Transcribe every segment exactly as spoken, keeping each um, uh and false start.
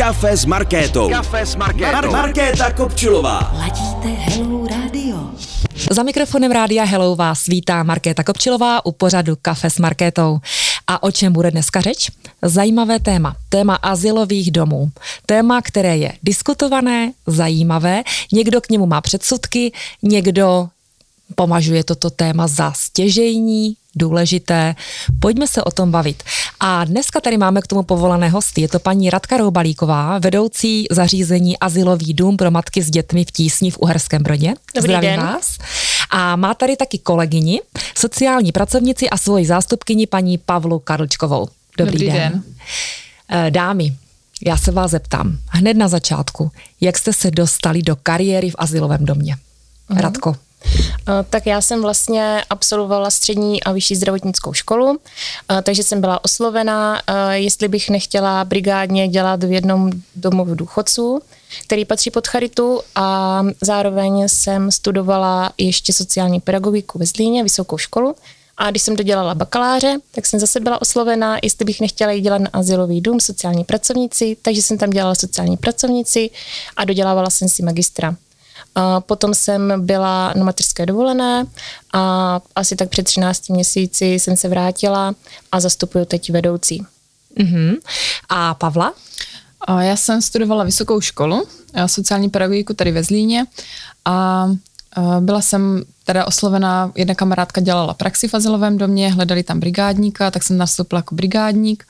Kafe s Markétou. Kafe s Markétou. Mar- Markéta Kopčilová. Ladíte Hello Radio. Za mikrofonem Rádia Hello vás vítá Markéta Kopčilová u pořadu Kafe s Markétou. A o čem bude dneska řeč? Zajímavé téma. Téma azylových domů. Téma, které je diskutované, zajímavé. Někdo k němu má předsudky, někdo považuje toto téma za stěžejní, důležité. Pojďme se o tom bavit. A dneska tady máme k tomu povolané hosty. Je to paní Radka Roubalíková, vedoucí zařízení Azylový dům pro matky s dětmi v Tísni v Uherském Brodě. Dobrý Zdravím den. vás. A má tady taky kolegyni, sociální pracovnici a svoji zástupkyni paní Pavlu Karlčkovou. Dobrý, Dobrý den. den. Dámy, já se vás zeptám hned na začátku, jak jste se dostali do kariéry v azylovém domě? Mhm. Radko. Tak já jsem vlastně absolvovala střední a vyšší zdravotnickou školu, takže jsem byla oslovena, jestli bych nechtěla brigádně dělat v jednom domu důchodců, který patří pod charitu, a zároveň jsem studovala ještě sociální pedagogiku ve Zlíně, vysokou školu. A když jsem dodělala bakaláře, tak jsem zase byla oslovena, jestli bych nechtěla jít dělat na azylový dům sociální pracovníci, takže jsem tam dělala sociální pracovnici a dodělávala jsem si magistra. A potom jsem byla na mateřské dovolené a asi tak před třinácti měsíci jsem se vrátila a zastupuju teď vedoucí. Uh-huh. A Pavla? Já jsem studovala vysokou školu, sociální pedagogiku tady ve Zlíně, a byla jsem teda oslovená, jedna kamarádka dělala praxi v azylovém domě, hledali tam brigádníka, tak jsem nastoupila jako brigádník.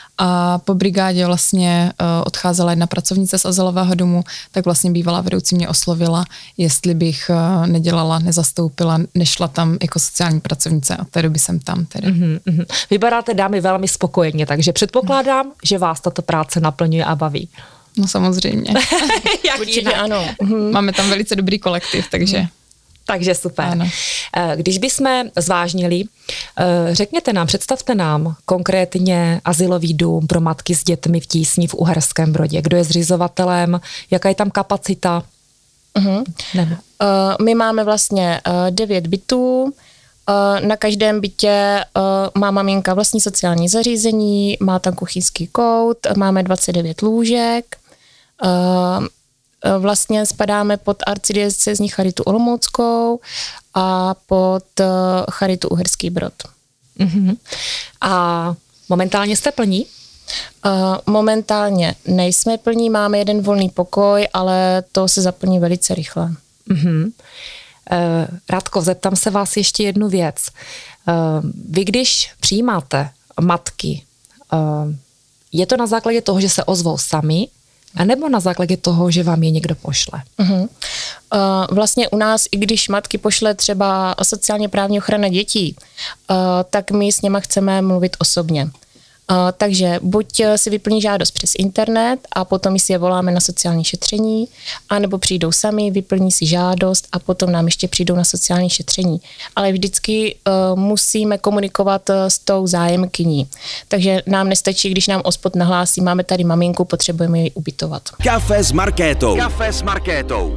A po brigádě vlastně uh, odcházela jedna pracovnice z azylového domu, tak vlastně bývalá vedoucí mě oslovila, jestli bych uh, nedělala, nezastoupila, nešla tam jako sociální pracovnice, a od té doby jsem tam tedy. Uh-huh, uh-huh. Vypadáte, dámy, velmi spokojeně, takže předpokládám, že vás tato práce naplňuje a baví. No samozřejmě. Jak Určitě jinak? ano. Máme tam velice dobrý kolektiv, takže... Takže super. Ano. Když bychom zvážnili, řekněte nám, představte nám konkrétně azylový dům pro matky s dětmi v Tísni v Uherském Brodě. Kdo je zřizovatelem, jaká je tam kapacita? Uh-huh. Nebo. Uh, my máme vlastně uh, devět bytů. Uh, na každém bytě uh, má maminka vlastní sociální zařízení, má tam kuchyňský kout, máme dvacet devět lůžek. Uh, Vlastně spadáme pod arcidiecézní charitu Olomouckou a pod charitu Uherský Brod. Uh-huh. A momentálně jste plní? Uh, momentálně nejsme plní, máme jeden volný pokoj, ale to se zaplní velice rychle. Uh-huh. Uh, Radko, zeptám se vás ještě jednu věc. Uh, vy když přijímáte matky, uh, je to na základě toho, že se ozvou sami, a nebo na základě toho, že vám je někdo pošle? Uh-huh. Uh, vlastně u nás, i když matky pošle třeba sociálně právní ochrana dětí, uh, tak my s něma chceme mluvit osobně. Uh, takže buď si vyplní žádost přes internet a potom si je voláme na sociální šetření, anebo přijdou sami, vyplní si žádost a potom nám ještě přijdou na sociální šetření. Ale vždycky uh, musíme komunikovat uh, s tou zájemkyní. Takže nám nestačí, když nám OSPOD nahlásí, máme tady maminku, potřebujeme ji ubytovat. Kafe s Markétou. Kafe s Markétou.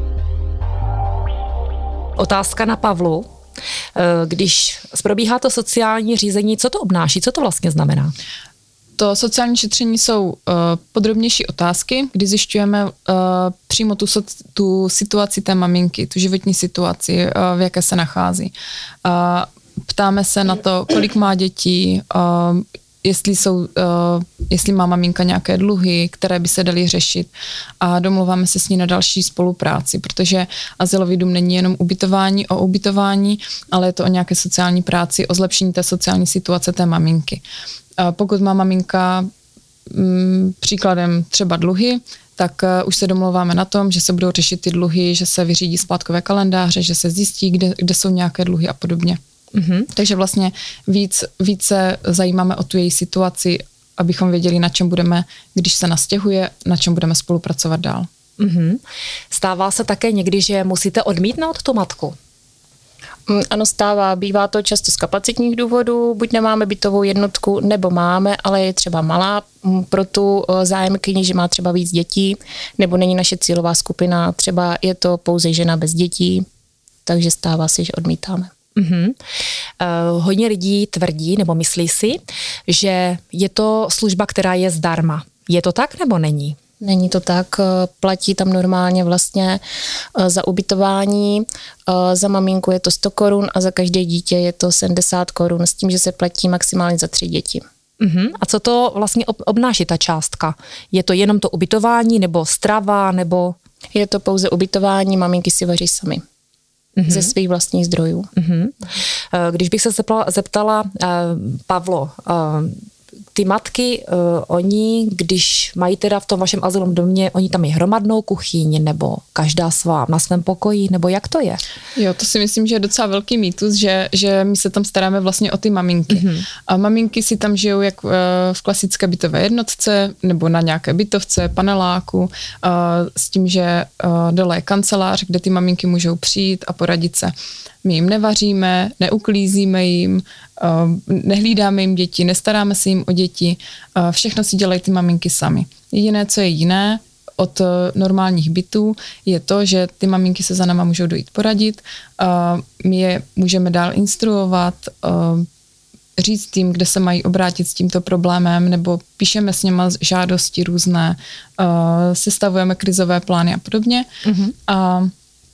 Otázka na Pavlu. Když probíhá to sociální řízení, co to obnáší, co to vlastně znamená? To sociální šetření jsou uh, podrobnější otázky, kdy zjišťujeme uh, přímo tu, so, tu situaci té maminky, tu životní situaci, uh, v jaké se nachází. Uh, ptáme se na to, kolik má dětí, uh, jestli, jsou, uh, jestli má maminka nějaké dluhy, které by se daly řešit, a domluváme se s ní na další spolupráci, protože azylový dům není jenom ubytování o ubytování, ale je to o nějaké sociální práci, o zlepšení té sociální situace té maminky. Uh, pokud má maminka um, příkladem třeba dluhy, tak uh, už se domlouváme na tom, že se budou řešit ty dluhy, že se vyřídí splátkové kalendáře, že se zjistí, kde, kde jsou nějaké dluhy a podobně. Mm-hmm. Takže vlastně víc, více zajímáme o tu její situaci, abychom věděli, na čem budeme, když se nastěhuje, na čem budeme spolupracovat dál. Mm-hmm. Stává se také někdy, že musíte odmítnout tu matku? Ano, stává. Bývá to často z kapacitních důvodů, buď nemáme bytovou jednotku, nebo máme, ale je třeba malá pro tu zájemkyni, že má třeba víc dětí, nebo není naše cílová skupina, třeba je to pouze žena bez dětí, takže stává se, že odmítáme. Uh-huh. Uh, hodně lidí tvrdí nebo myslí si, že je to služba, která je zdarma. Je to tak nebo není? Není to tak, platí tam normálně vlastně za ubytování, za maminku je to sto korun a za každé dítě je to sedmdesát korun, s tím, že se platí maximálně za tři děti. Uh-huh. A co to vlastně ob- obnáší ta částka? Je to jenom to ubytování nebo strava nebo... Je to pouze ubytování, maminky si vaří sami. Uh-huh. Ze svých vlastních zdrojů. Uh-huh. Když bych se zeptala, zeptala uh, Pavlo, uh, ty matky, uh, oni, když mají teda v tom vašem azylovém domě, oni tam mají hromadnou kuchyň, nebo každá svá na svém pokoji, nebo jak to je? Jo, to si myslím, že je docela velký mýtus, že, že my se tam staráme vlastně o ty maminky. Mm-hmm. A maminky si tam žijou jak uh, v klasické bytové jednotce, nebo na nějaké bytovce, paneláku, uh, s tím, že uh, dole je kancelář, kde ty maminky můžou přijít a poradit se. My jim nevaříme, neuklízíme jim, nehlídáme jim děti, nestaráme se jim o děti, všechno si dělají ty maminky sami. Jediné, co je jiné od normálních bytů, je to, že ty maminky se za náma můžou dojít poradit, my je můžeme dál instruovat, říct jim, kde se mají obrátit s tímto problémem, nebo píšeme s něma žádosti různé, sestavujeme krizové plány a podobně. Mm-hmm. A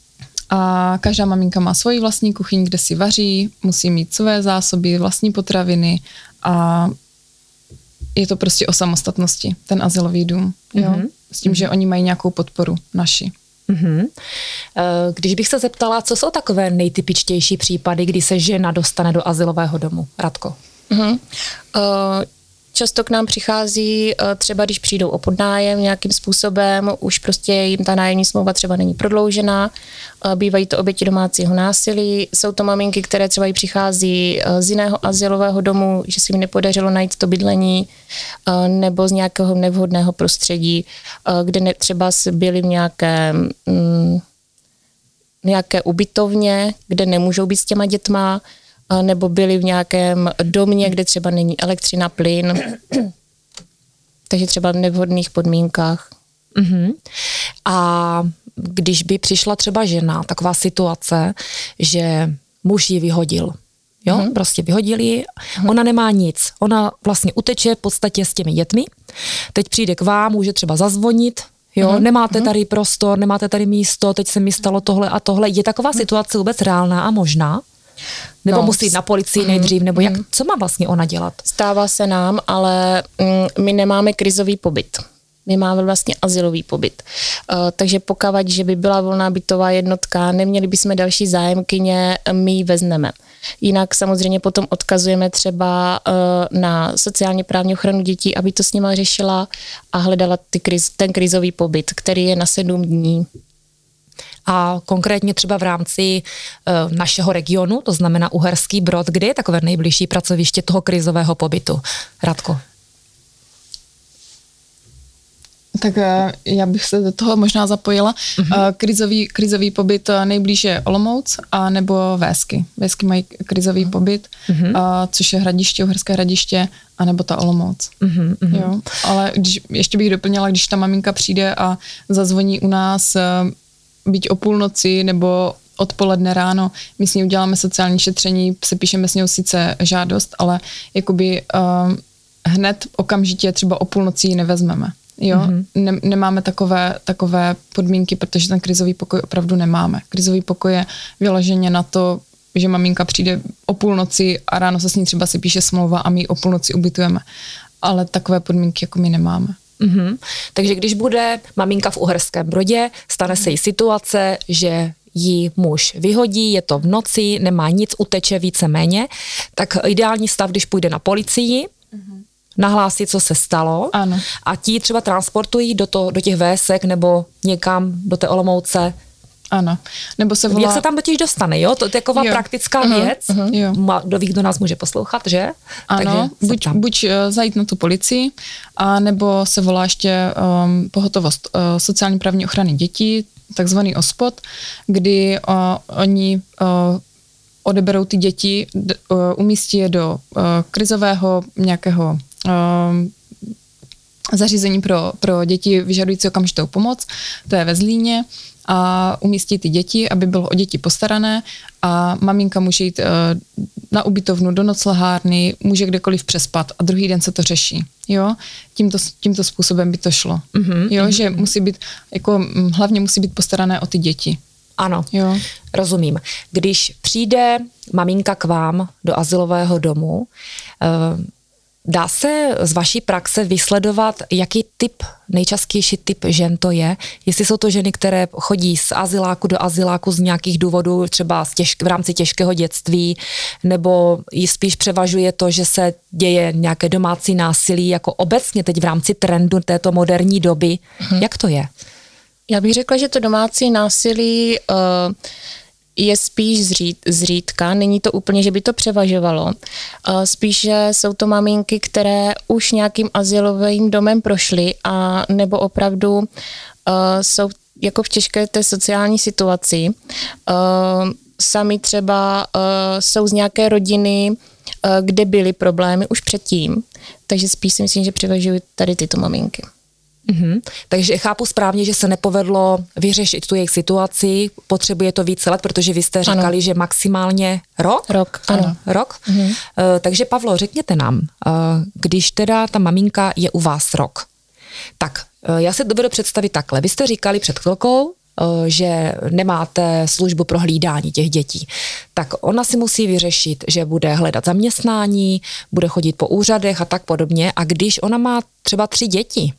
A každá maminka má svoji vlastní kuchyň, kde si vaří, musí mít své zásoby, vlastní potraviny a je to prostě o samostatnosti, ten azylový dům. Jo? Mm-hmm. S tím, že oni mají nějakou podporu naši. Mm-hmm. Když bych se zeptala, co jsou takové nejtypičtější případy, kdy se žena dostane do azylového domu? Radko. Mm-hmm. Uh... Často k nám přichází třeba, když přijdou o podnájem nějakým způsobem, už prostě jim ta nájemní smlouva třeba není prodloužená, bývají to oběti domácího násilí, jsou to maminky, které třeba i přichází z jiného azylového domu, že se jim nepodařilo najít to bydlení, nebo z nějakého nevhodného prostředí, kde ne, třeba byli v nějaké, mm, nějaké ubytovně, kde nemůžou být s těma dětma, nebo byli v nějakém domě, kde třeba není elektřina, plyn, takže třeba v nevhodných podmínkách. Uh-huh. A když by přišla třeba žena, taková situace, že muž ji vyhodil, jo, uh-huh. prostě vyhodil ji, uh-huh. ona nemá nic, ona vlastně uteče v podstatě s těmi dětmi, teď přijde k vám, může třeba zazvonit, jo, uh-huh. nemáte tady prostor, nemáte tady místo, teď se mi stalo tohle a tohle. Je taková uh-huh. situace vůbec reálná a možná? Nebo no, musí jít na policii nejdřív, nebo jak, co má vlastně ona dělat? Stává se nám, ale mm, my nemáme krizový pobyt. My máme vlastně azylový pobyt. Uh, takže pokud, že by byla volná bytová jednotka, neměli bychom další zájemkyně, my ji vezmeme. Jinak samozřejmě potom odkazujeme třeba uh, na sociálně právní ochranu dětí, aby to s nima řešila a hledala ty kriz, ten krizový pobyt, který je na sedm dní. A konkrétně třeba v rámci uh, našeho regionu, to znamená Uherský Brod, kde je takové nejbližší pracoviště toho krizového pobytu? Radko. Tak já bych se do toho možná zapojila. Uh-huh. Krizový, krizový pobyt nejblíž je Olomouc a nebo Vésky. Vésky mají krizový pobyt, uh-huh. a, což je Hradiště, Uherské Hradiště, a nebo ta Olomouc. Uh-huh, uh-huh. Jo. Ale když, ještě bych doplnila, když ta maminka přijde a zazvoní u nás byť o půlnoci nebo odpoledne ráno, my s ní uděláme sociální šetření, sepíšeme s ní sice žádost, ale jakoby uh, hned okamžitě třeba o půlnoci ji nevezmeme. Jo? Mm-hmm. Ne, nemáme takové, takové podmínky, protože ten krizový pokoj opravdu nemáme. Krizový pokoj je vyloženě na to, že maminka přijde o půlnoci a ráno se s ní třeba si píše smlouva a my ji o půlnoci ubytujeme. Ale takové podmínky jako my nemáme. Mm-hmm. Takže když bude maminka v Uherském Brodě, stane se jí situace, že jí muž vyhodí, je to v noci, nemá nic, uteče víceméně, tak ideální stav, když půjde na policii, mm-hmm. nahlásí, co se stalo, ano. a ti třeba transportují do, to, do těch vések nebo někam do té Olomouce. Ano. Nebo se volá... Jak se tam totiž dostane, jo? To je taková jo. praktická uh-huh. věc. Uh-huh. Kdo ví, kdo nás může poslouchat, že? Ano, buď, buď zajít na tu policii, a nebo se volá ještě um, pohotovost uh, sociální právní ochrany dětí, takzvaný OSPOD, kdy uh, oni uh, odeberou ty děti, d, uh, umístí je do uh, krizového nějakého uh, zařízení pro, pro děti vyžadující okamžitou pomoc, to je ve Zlíně, a umístí ty děti, aby bylo o děti postarané a maminka může jít uh, na ubytovnu, do noclehárny, může kdekoliv přespat a druhý den se to řeší, jo. Tímto, tímto způsobem by to šlo, mm-hmm, jo, mm-hmm. že musí být, jako hlavně musí být postarané o ty děti. Ano, jo. Rozumím. Když přijde maminka k vám do azylového domu, uh, dá se z vaší praxe vysledovat, jaký typ, nejčastější typ žen to je? Jestli jsou to ženy, které chodí z azyláku do azyláku z nějakých důvodů, třeba z těžk, v rámci těžkého dětství, nebo jí spíš převažuje to, že se děje nějaké domácí násilí, jako obecně teď v rámci trendu této moderní doby. Mhm. Jak to je? Já bych řekla, že to domácí násilí uh, je spíš zřít, zřídka, není to úplně, že by to převažovalo. Uh, spíše jsou to maminky, které už nějakým azylovým domem prošly a nebo opravdu uh, jsou jako v těžké té sociální situaci. Uh, sami třeba uh, jsou z nějaké rodiny, uh, kde byly problémy už předtím, takže spíš si myslím, že převažují tady tyto maminky. Mm-hmm. Takže chápu správně, že se nepovedlo vyřešit tu jejich situaci, potřebuje to více let, protože vy jste říkali, ano. že maximálně rok? Rok, ano. Rok? Mm-hmm. Uh, takže Pavlo, řekněte nám, uh, když teda ta maminka je u vás rok, tak uh, já si dovedu představit takhle. Vy jste říkali před chvilkou, uh, že nemáte službu pro hlídání těch dětí. Tak ona si musí vyřešit, že bude hledat zaměstnání, bude chodit po úřadech a tak podobně. A když ona má třeba tři děti,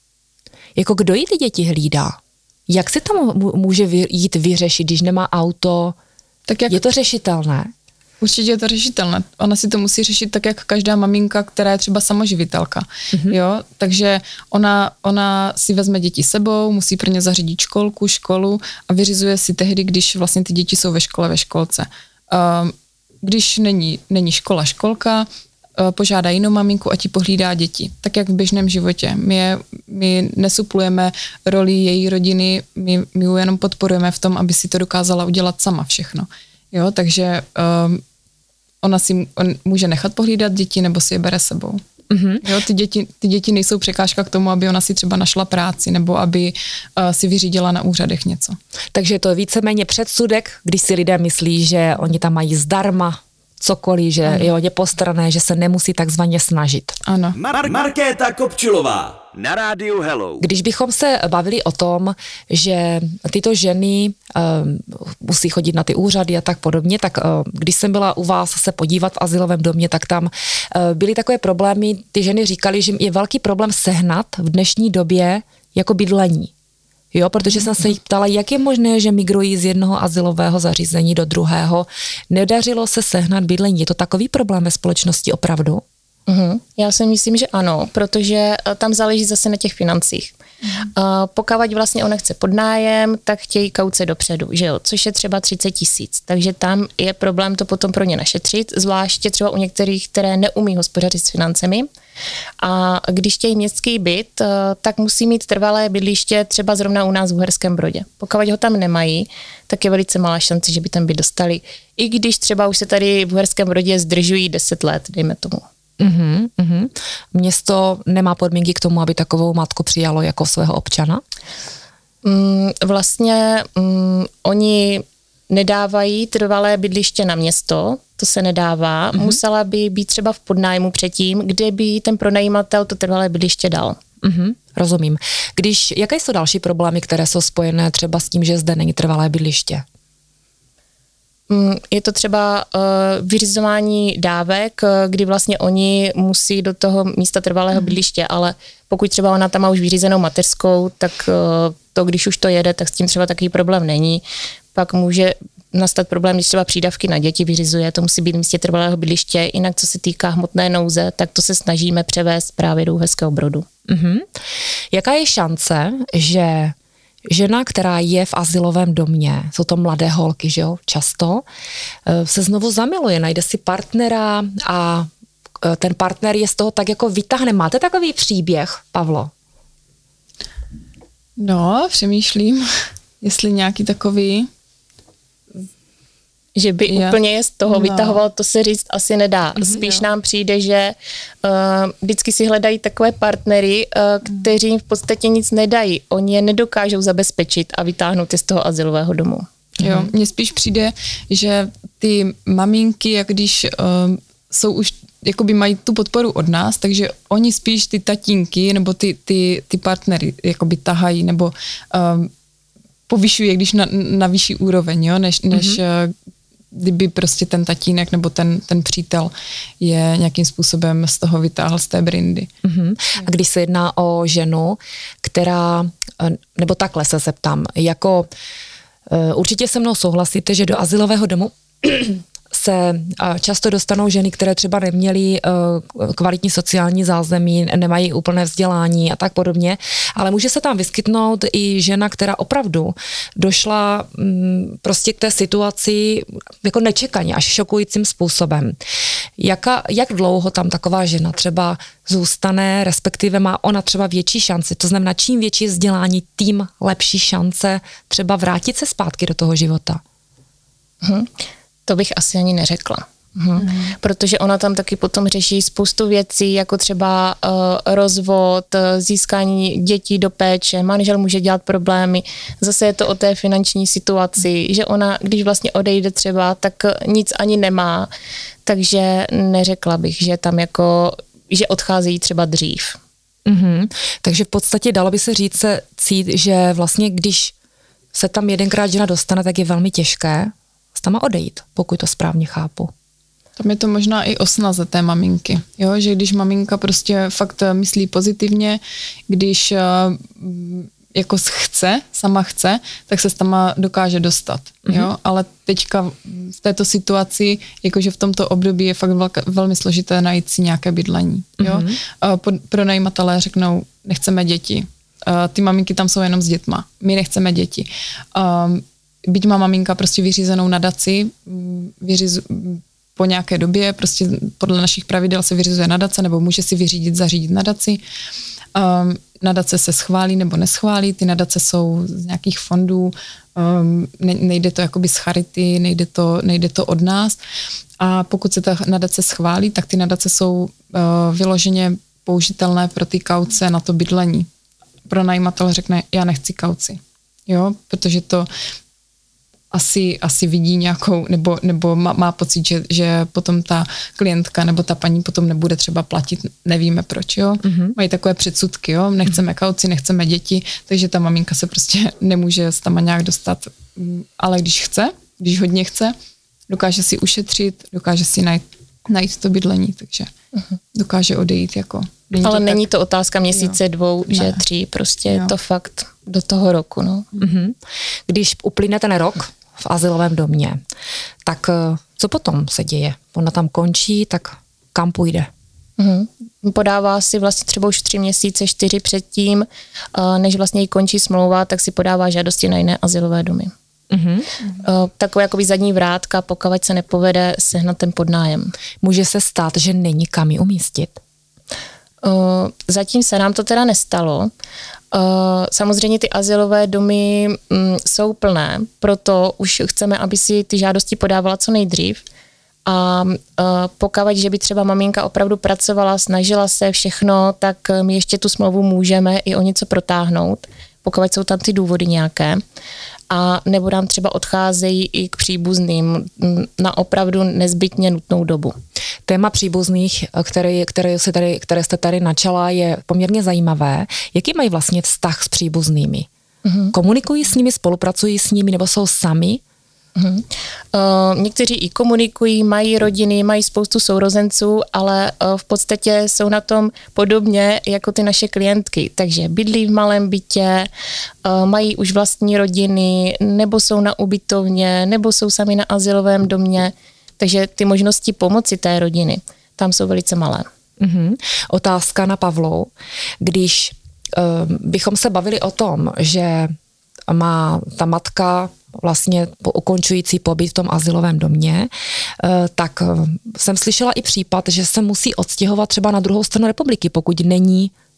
jako kdo jí ty děti hlídá? Jak se tam může jít vyřešit, když nemá auto? Tak jak... Je to řešitelné? Určitě je to řešitelné. Ona si to musí řešit tak, jak každá maminka, která je třeba samoživitelka. Mm-hmm. Jo? Takže ona, ona si vezme děti sebou, musí pro ně zařídit školku, školu a vyřizuje si tehdy, když vlastně ty děti jsou ve škole, ve školce. Um, když není, není škola, školka, požádá jinou maminku a ti pohlídá děti. Tak jak v běžném životě. My, je, my nesuplujeme roli její rodiny, my, my ji jenom podporujeme v tom, aby si to dokázala udělat sama všechno. Jo, takže um, ona si on může nechat pohlídat děti nebo si je bere sebou. Mm-hmm. Jo, ty děti, ty děti nejsou překážka k tomu, aby ona si třeba našla práci nebo aby uh, si vyřídila na úřadech něco. Takže to je víceméně předsudek, když si lidé myslí, že oni tam mají zdarma cokoliv, že ano. je hodně postarané, že se nemusí takzvaně snažit. Ano. Mar- Markéta Kopčilová na rádiu Hello. Když bychom se bavili o tom, že tyto ženy um, musí chodit na ty úřady a tak podobně, tak uh, když jsem byla u vás se podívat v azylovém domě, tak tam uh, byly takové problémy, ty ženy říkaly, že je velký problém sehnat v dnešní době jako bydlení. Jo, protože jsem se jich ptala, jak je možné, že migrují z jednoho azylového zařízení do druhého. Nedařilo se sehnat bydlení. Je to takový problém ve společnosti opravdu? Uhum. Já si myslím, že ano, protože tam záleží zase na těch financích. Uh, pokud vlastně ona chce podnájem, tak chtějí kauce dopředu, že jo, což je třeba třicet tisíc. Takže tam je problém to potom pro ně našetřit, zvláště třeba u některých, které neumí hospodařit s financemi. A když chtějí městský byt, uh, tak musí mít trvalé bydliště třeba zrovna u nás v Uherském Brodě. Pokud ho tam nemají, tak je velice malá šance, že by tam byt dostali. I když třeba už se tady v Uherském Brodě zdržují deset let, dejme tomu. Uhum, uhum. Město nemá podmínky k tomu, aby takovou matku přijalo jako svého občana? Mm, vlastně mm, oni nedávají trvalé bydliště na město, to se nedává. Uhum. Musela by být třeba v podnájmu předtím, kde by ten pronajímatel to trvalé bydliště dal. Uhum, rozumím. Když, jaké jsou další problémy, které jsou spojené třeba s tím, že zde není trvalé bydliště? Je to třeba uh, vyřizování dávek, kdy vlastně oni musí do toho místa trvalého bydliště, ale pokud třeba ona tam má už vyřízenou mateřskou, tak uh, to, když už to jede, tak s tím třeba takový problém není. Pak může nastat problém, když třeba přídavky na děti vyřizuje, to musí být v místě trvalého bydliště. Jinak, co se týká hmotné nouze, tak to se snažíme převést právě do Uherského Brodu. Mm-hmm. Jaká je šance, že žena, která je v azylovém domě, jsou to mladé holky, že jo, často, se znovu zamiluje, najde si partnera a ten partner je z toho tak jako vytáhne. Máte takový příběh, Pavlo? No, přemýšlím, jestli nějaký takový... že by je. úplně je z toho no. vytahoval, to se říct asi nedá. Mm-hmm, Spíš jo. nám přijde, že uh, vždycky si hledají takové partnery, uh, kteří jim v podstatě nic nedají. Oni je nedokážou zabezpečit a vytáhnout je z toho azylového domu. Jo, mně spíš přijde, že ty maminky, jak když uh, jsou už, jakoby mají tu podporu od nás, takže oni spíš ty tatínky nebo ty, ty, ty partnery jakoby tahají nebo uh, povyšují, když na, na vyšší úroveň, jo, než, než mm-hmm. uh, kdyby prostě ten tatínek nebo ten, ten přítel je nějakým způsobem z toho vytáhl z té brindy. Mm-hmm. A když se jedná o ženu, která, nebo takhle se zeptám, jako určitě se mnou souhlasíte, že do azylového domu se často dostanou ženy, které třeba neměly kvalitní sociální zázemí, nemají úplné vzdělání a tak podobně, ale může se tam vyskytnout i žena, která opravdu došla prostě k té situaci jako nečekaně, až šokujícím způsobem. Jaka, jak dlouho tam taková žena třeba zůstane, respektive má ona třeba větší šanci, to znamená, čím větší vzdělání, tím lepší šance třeba vrátit se zpátky do toho života? Hmm. To bych asi ani neřekla. Mhm. Mm. Protože ona tam taky potom řeší spoustu věcí, jako třeba uh, rozvod, získání dětí do péče, manžel může dělat problémy, zase je to o té finanční situaci, že ona, když vlastně odejde třeba, tak nic ani nemá, takže neřekla bych, že tam jako, že odcházejí třeba dřív. Mm-hmm. Takže v podstatě dalo by se říct se cít, že vlastně když se tam jedenkrát žena dostane, tak je velmi těžké s tama odejít, pokud to správně chápu. Tam je to možná i o snaze té maminky, jo? Že když maminka prostě fakt myslí pozitivně, když uh, jako chce, sama chce, tak se tam dokáže dostat, mm-hmm. jo? Ale teďka v této situaci, jakože v tomto období je fakt velka, velmi složité najít si nějaké bydlení, jo? Mm-hmm. Uh, pronajímatelé řeknou, nechceme děti, uh, ty maminky tam jsou jenom s dětma, my nechceme děti. Uh, byť má maminka prostě vyřízenou nadaci, vyřiz, po nějaké době, prostě podle našich pravidel se vyřizuje nadace, nebo může si vyřídit, zařídit nadaci. Um, nadace se schválí nebo neschválí, ty nadace jsou z nějakých fondů, um, ne, nejde to jakoby z charity, nejde to, nejde to od nás. A pokud se ta nadace schválí, tak ty nadace jsou uh, vyloženě použitelné pro ty kauce na to bydlení. Pronajímatel řekne, já nechci kauci, jo, protože to asi, asi vidí nějakou, nebo, nebo má, má pocit, že, že potom ta klientka nebo ta paní potom nebude třeba platit, nevíme proč, jo. Mm-hmm. Mají takové předsudky, jo, nechceme kauci, nechceme děti, takže ta maminka se prostě nemůže tam nějak dostat, ale když chce, když hodně chce, dokáže si ušetřit, dokáže si najít, najít to bydlení, takže mm-hmm. dokáže odejít jako. Není ale to není tak, to otázka měsíce, jo. dvou, ne. že tří, prostě jo. Je to fakt do toho roku, no. Mm-hmm. Když uplyne ten rok v azylovém domě, tak co potom se děje? Ona tam končí, tak kam půjde? Mm-hmm. Podává si vlastně třeba už tři měsíce, čtyři předtím, než vlastně jí končí smlouva, tak si podává žádosti na jiné azylové domy. Mm-hmm. Takové jakoby zadní vrátka, pokud se nepovede sehnat ten podnájem. Může se stát, že není kam ji umístit? Zatím se nám to teda nestalo. Samozřejmě ty azylové domy jsou plné, proto už chceme, aby si ty žádosti podávala co nejdřív. A pokud, že by třeba maminka opravdu pracovala, snažila se všechno, tak my ještě tu smlouvu můžeme i o něco protáhnout, pokud jsou tam ty důvody nějaké. A nebo nám třeba odcházejí i k příbuzným na opravdu nezbytně nutnou dobu. Téma příbuzných, které, které, se tady, které jste tady načala, je poměrně zajímavé. Jaký mají vlastně vztah s příbuznými? Mm-hmm. Komunikují s nimi, spolupracují s nimi nebo jsou sami? Mm-hmm. Uh, někteří i komunikují, mají rodiny, mají spoustu sourozenců, ale uh, v podstatě jsou na tom podobně jako ty naše klientky. Takže bydlí v malém bytě, uh, mají už vlastní rodiny, nebo jsou na ubytovně, nebo jsou sami na azylovém domě. Takže ty možnosti pomoci té rodiny tam jsou velice malé. Mm-hmm. Otázka na Pavlou. Když uh, bychom se bavili o tom, že má ta matka vlastně po ukončující pobyt v tom azylovém domě, tak jsem slyšela i případ, že se musí odstěhovat třeba na druhou stranu republiky, pokud není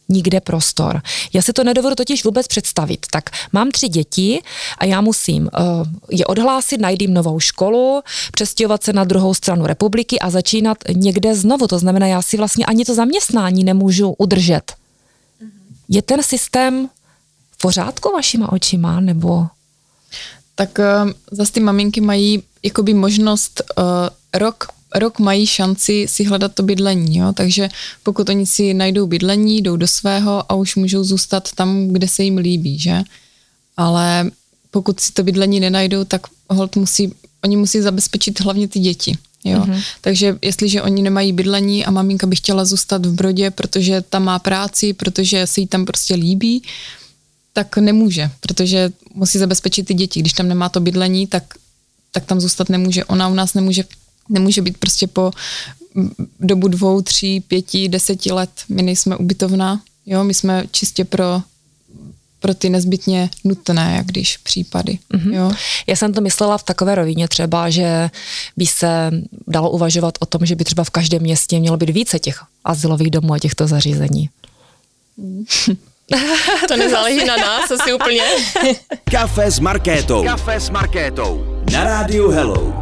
nikde prostor. Já si to nedovedu totiž vůbec představit. Tak mám tři děti a já musím uh, je odhlásit, najít jim novou školu, přestěhovat se na druhou stranu republiky a začínat někde znovu. To znamená, já si vlastně ani to zaměstnání nemůžu udržet. Je ten systém v pořádku vašima očima, nebo... Tak uh, zase ty maminky mají jakoby možnost uh, rok, rok mají šanci si hledat to bydlení, jo? Takže pokud oni si najdou bydlení, jdou do svého a už můžou zůstat tam, kde se jim líbí, že? Ale pokud si to bydlení nenajdou, tak holt musí, oni musí zabezpečit hlavně ty děti. Jo? Mm-hmm. Takže jestliže oni nemají bydlení a maminka by chtěla zůstat v Brodě, protože tam má práci, protože se jí tam prostě líbí, tak nemůže, protože musí zabezpečit ty děti. Když tam nemá to bydlení, tak, tak tam zůstat nemůže. Ona u nás nemůže, nemůže být prostě po dobu dvou, tří, pěti, deseti let. My nejsme ubytovna, jo? My jsme čistě pro pro ty nezbytně nutné, jak když případy. Mm-hmm. Jo? Já jsem to myslela v takové rovině třeba, že by se dalo uvažovat o tom, že by třeba v každém městě mělo být více těch azylových domů a těchto zařízení. Mm. To nezáleží na nás asi úplně. Kafe s Markétou. Kafe s Markétou. Na rádiu Hello.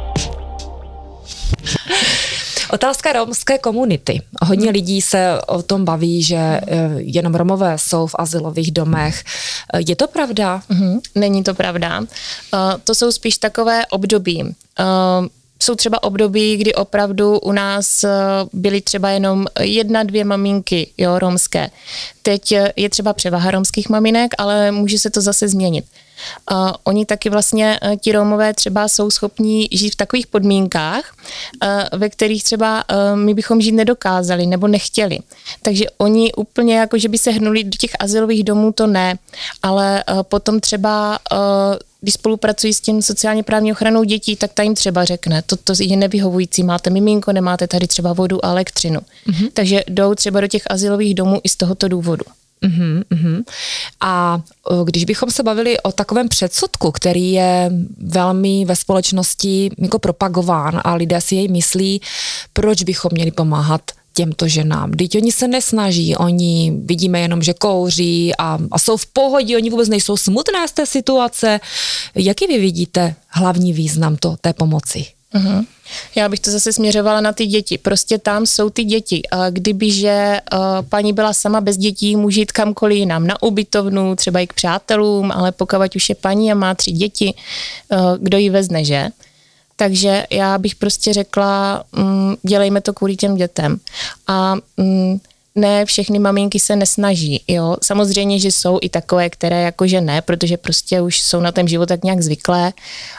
Otázka romské komunity. Hodně lidí se o tom baví, že jenom Romové jsou v azylových domech. Je to pravda? Mm-hmm. Není to pravda. Uh, to jsou spíš takové období. Uh, jsou třeba období, kdy opravdu u nás byly třeba jenom jedna, dvě maminky, jo, romské. Teď je třeba převaha romských maminek, ale může se to zase změnit. Uh, oni taky vlastně, uh, ti Romové třeba jsou schopní žít v takových podmínkách, uh, ve kterých třeba uh, my bychom žít nedokázali nebo nechtěli. Takže oni úplně jako, že by se hnuli do těch azylových domů, to ne, ale uh, potom třeba uh, když spolupracují s tím sociálně právní ochranou dětí, tak ta jim třeba řekne, toto je nevyhovující, máte miminko, nemáte tady třeba vodu a elektřinu. Mm-hmm. Takže jdou třeba do těch azylových domů i z tohoto důvodu. Uhum, uhum. A když bychom se bavili o takovém předsudku, který je velmi ve společnosti jako propagován a lidé si jej myslí, proč bychom měli pomáhat těmto ženám. Vždyť oni se nesnaží, oni vidíme jenom, že kouří a, a jsou v pohodě, oni vůbec nejsou smutné z té situace. Jaký vy vidíte hlavní význam to, té pomoci? Uhum. Já bych to zase směřovala na ty děti. Prostě tam jsou ty děti. Kdybyže uh, paní byla sama bez dětí, může jít kamkoliv jinam, na ubytovnu, třeba i k přátelům, ale pokud už je paní a má tři děti, uh, kdo ji vezne, že? Takže já bych prostě řekla, um, dělejme to kvůli těm dětem. A um, ne všechny maminky se nesnaží, jo. Samozřejmě, že jsou i takové, které jakože ne, protože prostě už jsou na ten život tak nějak zvyklé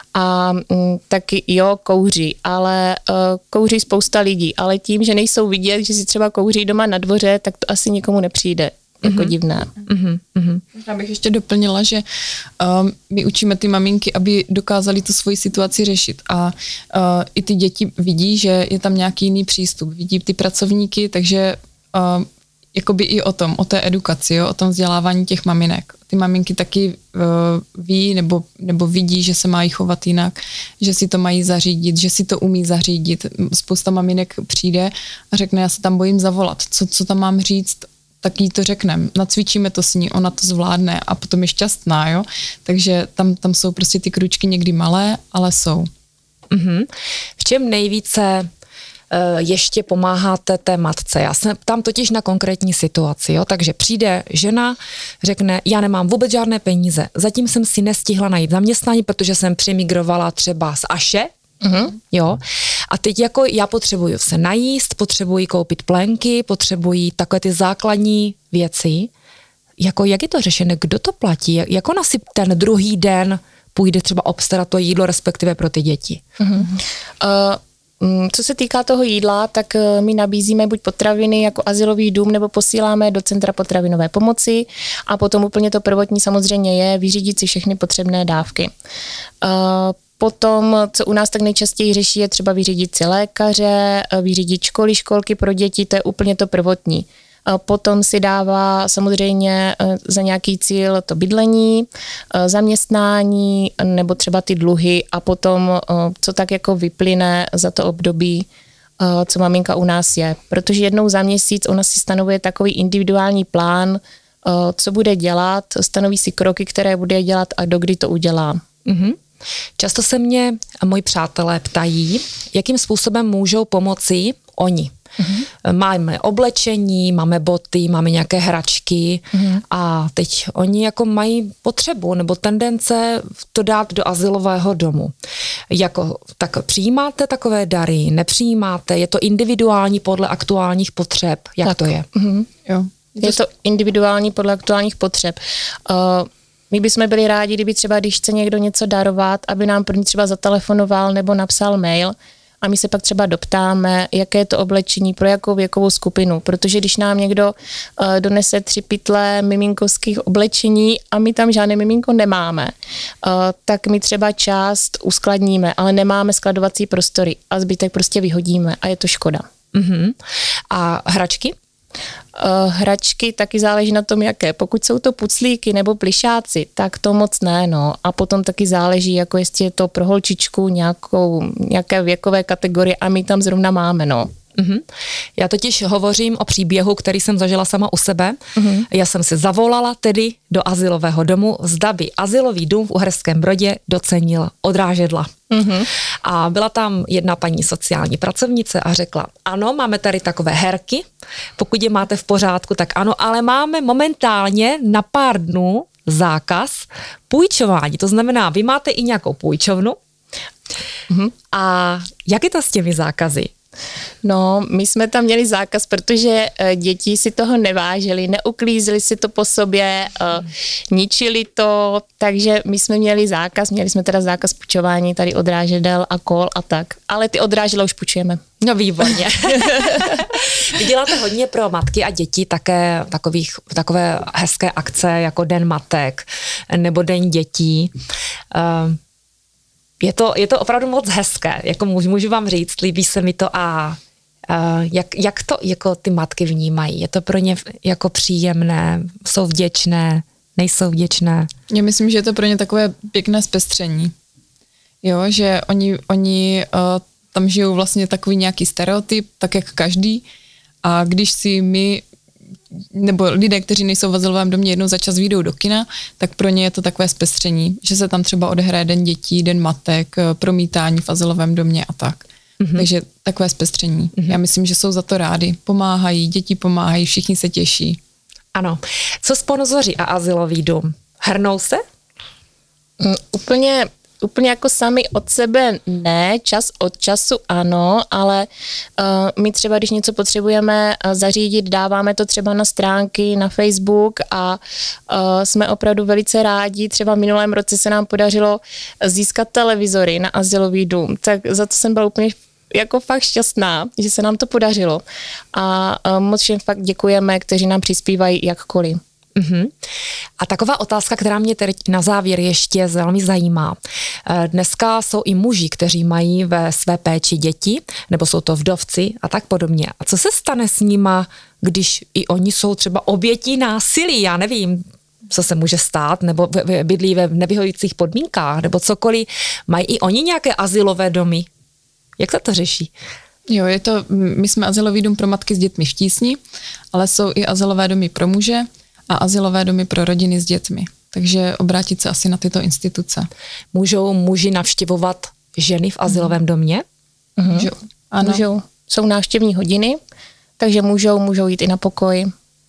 a mm, taky jo, kouří, ale uh, kouří spousta lidí, ale tím, že nejsou vidět, že si třeba kouří doma na dvoře, tak to asi nikomu nepřijde. Jako mm-hmm. divné. Mm-hmm. Já bych ještě doplnila, že um, my učíme ty maminky, aby dokázali tu svoji situaci řešit a uh, i ty děti vidí, že je tam nějaký jiný přístup. Vidí ty pracovníky, takže uh, jakoby i o tom, o té edukaci, jo, o tom vzdělávání těch maminek. Ty maminky taky uh, ví nebo, nebo vidí, že se mají chovat jinak, že si to mají zařídit, že si to umí zařídit. Spousta maminek přijde a řekne, já se tam bojím zavolat. Co, co tam mám říct? Tak jí to řekneme, nacvičíme to s ní, ona to zvládne a potom je šťastná, jo. Takže tam, tam jsou prostě ty kručky někdy malé, ale jsou. Mm-hmm. V čem nejvíce ještě pomáháte té matce? Já jsem tam totiž na konkrétní situaci, jo? Takže přijde žena, řekne, já nemám vůbec žádné peníze, zatím jsem si nestihla najít zaměstnání, protože jsem přemigrovala třeba z Aše, mm-hmm. jo, a teď jako já potřebuju se najíst, potřebuji koupit plenky, potřebuji takové ty základní věci. Jako jak je to řešené, kdo to platí? Jak ona si ten druhý den půjde třeba obstarat to jídlo, respektive pro ty děti? Mm-hmm. Uh... Co se týká toho jídla, tak my nabízíme buď potraviny jako azylový dům, nebo posíláme do Centra potravinové pomoci a potom úplně to prvotní samozřejmě je vyřídit si všechny potřebné dávky. Potom, co u nás tak nejčastěji řeší, je třeba vyřídit si lékaře, vyřídit školy, školky pro děti, to je úplně to prvotní. Potom si dává samozřejmě za nějaký cíl to bydlení, zaměstnání nebo třeba ty dluhy a potom, co tak jako vyplyne za to období, co maminka u nás je. Protože jednou za měsíc ona si stanovuje takový individuální plán, co bude dělat, stanoví si kroky, které bude dělat a dokdy to udělá. Mm-hmm. Často se mě moji přátelé ptají, jakým způsobem můžou pomoci oni. Mm-hmm. Máme oblečení, máme boty, máme nějaké hračky mm-hmm. a teď oni jako mají potřebu nebo tendence to dát do azylového domu. Jako, tak přijímáte takové dary, nepřijímáte, je to individuální podle aktuálních potřeb, jak tak. to je? Mm-hmm. Jo. Je to individuální podle aktuálních potřeb. Uh, my bychom byli rádi, kdyby třeba, když chce někdo něco darovat, aby nám první třeba zatelefonoval nebo napsal mail a my se pak třeba doptáme, jaké je to oblečení, pro jakou věkovou skupinu, protože když nám někdo uh, donese tři pytle miminkovských oblečení a my tam žádné miminko nemáme, uh, tak my třeba část uskladníme, ale nemáme skladovací prostory a zbytek prostě vyhodíme a je to škoda. Uh-huh. A hračky? Uh, hračky taky záleží na tom, jaké. Pokud jsou to puclíky nebo plišáci, tak to moc ne, no. A potom taky záleží, jako jestli je to pro holčičku nějakou, nějaké věkové kategorie a my tam zrovna máme, no. Uhum. Já totiž hovořím o příběhu, který jsem zažila sama u sebe. Uhum. Já jsem si zavolala tedy do azylového domu, zda by azylový dům v Uherském Brodě docenil odrážedla. Uhum. A byla tam jedna paní sociální pracovnice a řekla, ano, máme tady takové herky, pokud je máte v pořádku, tak ano, ale máme momentálně na pár dnů zákaz půjčování. To znamená, vy máte i nějakou půjčovnu. Uhum. A jak je to s těmi zákazy? No, my jsme tam měli zákaz, protože děti si toho nevážili, neuklízeli si to po sobě, ničili to, takže my jsme měli zákaz, měli jsme teda zákaz půjčování tady odrážedel a kol a tak, ale ty odrážedla už půjčujeme. No výborně. Vy děláte hodně pro matky a děti také takových, takové hezké akce jako Den matek nebo Den dětí. Uh, Je to, je to opravdu moc hezké, jako můžu, můžu vám říct, líbí se mi to a uh, jak, jak to jako ty matky vnímají? Je to pro ně jako příjemné, jsou vděčné, nejsou vděčné? Já myslím, že je to pro ně takové pěkné zpestření. Jo, že oni, oni uh, tam žijou vlastně takový nějaký stereotyp, tak jak každý a když si my nebo lidé, kteří nejsou v azylovém domě, jednou za čas vyjdou do kina, tak pro ně je to takové zpestření, že se tam třeba odehraje Den dětí, Den matek, promítání v azylovém domě a tak. Mm-hmm. Takže takové zpestření. Mm-hmm. Já myslím, že jsou za to rádi. Pomáhají, děti pomáhají, všichni se těší. Ano. Co sponzoři a azylový dům? Hrnou se? Mm, úplně... Úplně jako sami od sebe ne, čas od času ano, ale uh, my třeba, když něco potřebujeme uh, zařídit, dáváme to třeba na stránky, na Facebook a uh, jsme opravdu velice rádi. Třeba v minulém roce se nám podařilo získat televizory na azylový dům, tak za to jsem byla úplně jako fakt šťastná, že se nám to podařilo. A uh, moc všem fakt děkujeme, kteří nám přispívají jakkoliv. Uhum. A taková otázka, která mě teď na závěr ještě velmi zajímá. Dneska jsou i muži, kteří mají ve své péči děti, nebo jsou to vdovci a tak podobně. A co se stane s nima, když i oni jsou třeba obětí násilí? Já nevím, co se může stát, nebo bydlí ve nevyhovujících podmínkách, nebo cokoliv. Mají i oni nějaké azylové domy? Jak se to řeší? Jo, je to, my jsme azylový dům pro matky s dětmi v Tísni, ale jsou i azylové domy pro muže a azylové domy pro rodiny s dětmi. Takže obrátit se asi na tyto instituce. Můžou muži navštěvovat ženy v azylovém domě? Mhm. Můžou. Ano. Můžou. Jsou návštěvní hodiny, takže můžou, můžou jít i na pokoj.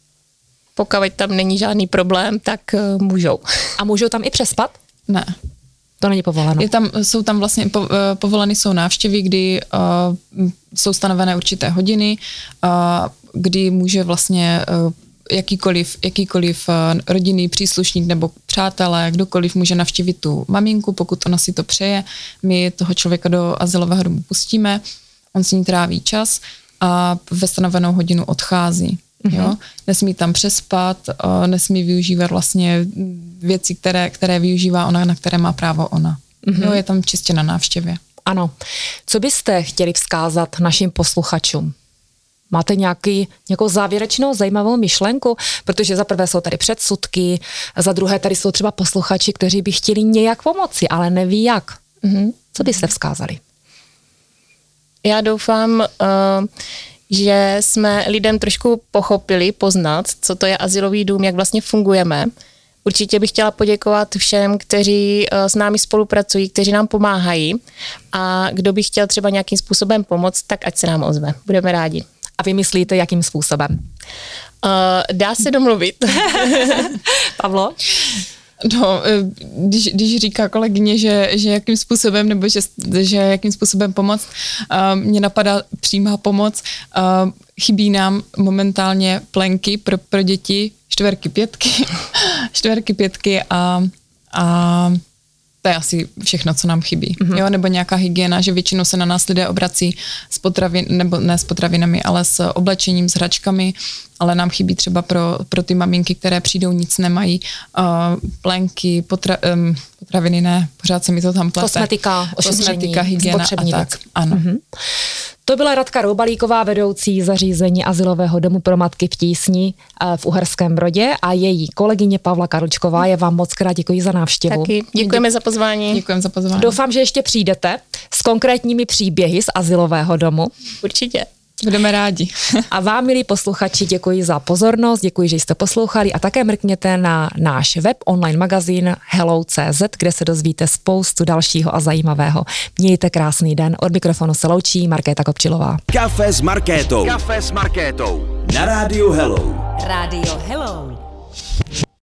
Pokud tam není žádný problém, tak uh, můžou. A můžou tam i přespat? Ne. To není povoleno. Je tam, jsou tam vlastně, po, uh, povoleny jsou návštěvy, kdy uh, jsou stanovené určité hodiny, uh, kdy může vlastně uh, jakýkoliv, jakýkoliv rodinný příslušník nebo přátelé, kdokoliv může navštívit tu maminku, pokud ona si to přeje. My toho člověka do azylového domu pustíme, on s ní tráví čas a ve stanovenou hodinu odchází. Mm-hmm. Jo? Nesmí tam přespat, nesmí využívat vlastně věci, které, které využívá ona, na které má právo ona. Mm-hmm. Jo, je tam čistě na návštěvě. Ano. Co byste chtěli vzkázat našim posluchačům? Máte nějaký, nějakou závěrečnou zajímavou myšlenku? Protože za prvé jsou tady předsudky, za druhé tady jsou třeba posluchači, kteří by chtěli nějak pomoci, ale neví jak. Mm-hmm. Co byste vzkázali? Já doufám, uh, že jsme lidem trošku pochopili, poznat, co to je azylový dům, jak vlastně fungujeme. Určitě bych chtěla poděkovat všem, kteří uh, s námi spolupracují, kteří nám pomáhají a kdo by chtěl třeba nějakým způsobem pomoct, tak ať se nám ozve. Budeme rádi. A vy myslíte, jakým způsobem? Uh, dá se domluvit. Pavlo? No, když, když říká kolegyně, že, že jakým způsobem, nebo že, že jakým způsobem pomoct, uh, mě napadá přímá pomoc. Uh, chybí nám momentálně plenky pro, pro děti, čtverky, pětky, čtverky, pětky a, a to je asi všechno, co nám chybí. Mm-hmm. Jo, nebo nějaká hygiena, že většinou se na nás lidé obrací s potravin, nebo ne s potravinami, ale s oblečením, s hračkami, ale nám chybí třeba pro, pro ty maminky, které přijdou, nic nemají, uh, plenky, potra, um, potraviny ne, pořád se mi to tam plete. Kosmetika, ošetření, Kosmetika, hygiena a tak. Věc. Ano. Mm-hmm. To byla Radka Roubalíková, vedoucí zařízení azylového domu pro matky v Tísni v Uherském Brodě a její kolegyně Pavla Karlčková. Já vám moc krát děkuji za návštěvu. Taky děkujeme za pozvání. Děkujeme za pozvání. Doufám, že ještě přijdete s konkrétními příběhy z azylového domu. Určitě. Budeme rádi. A vám, milí posluchači, děkuji za pozornost, děkuji, že jste poslouchali a také mrkněte na náš web online magazín hello tečka cé zet, kde se dozvíte spoustu dalšího a zajímavého. Mějte krásný den. Od mikrofonu se loučí Markéta Kopčilová. Kafe s Markétou. Kafe s Markétou. Na rádiu Hello. Rádio Hello.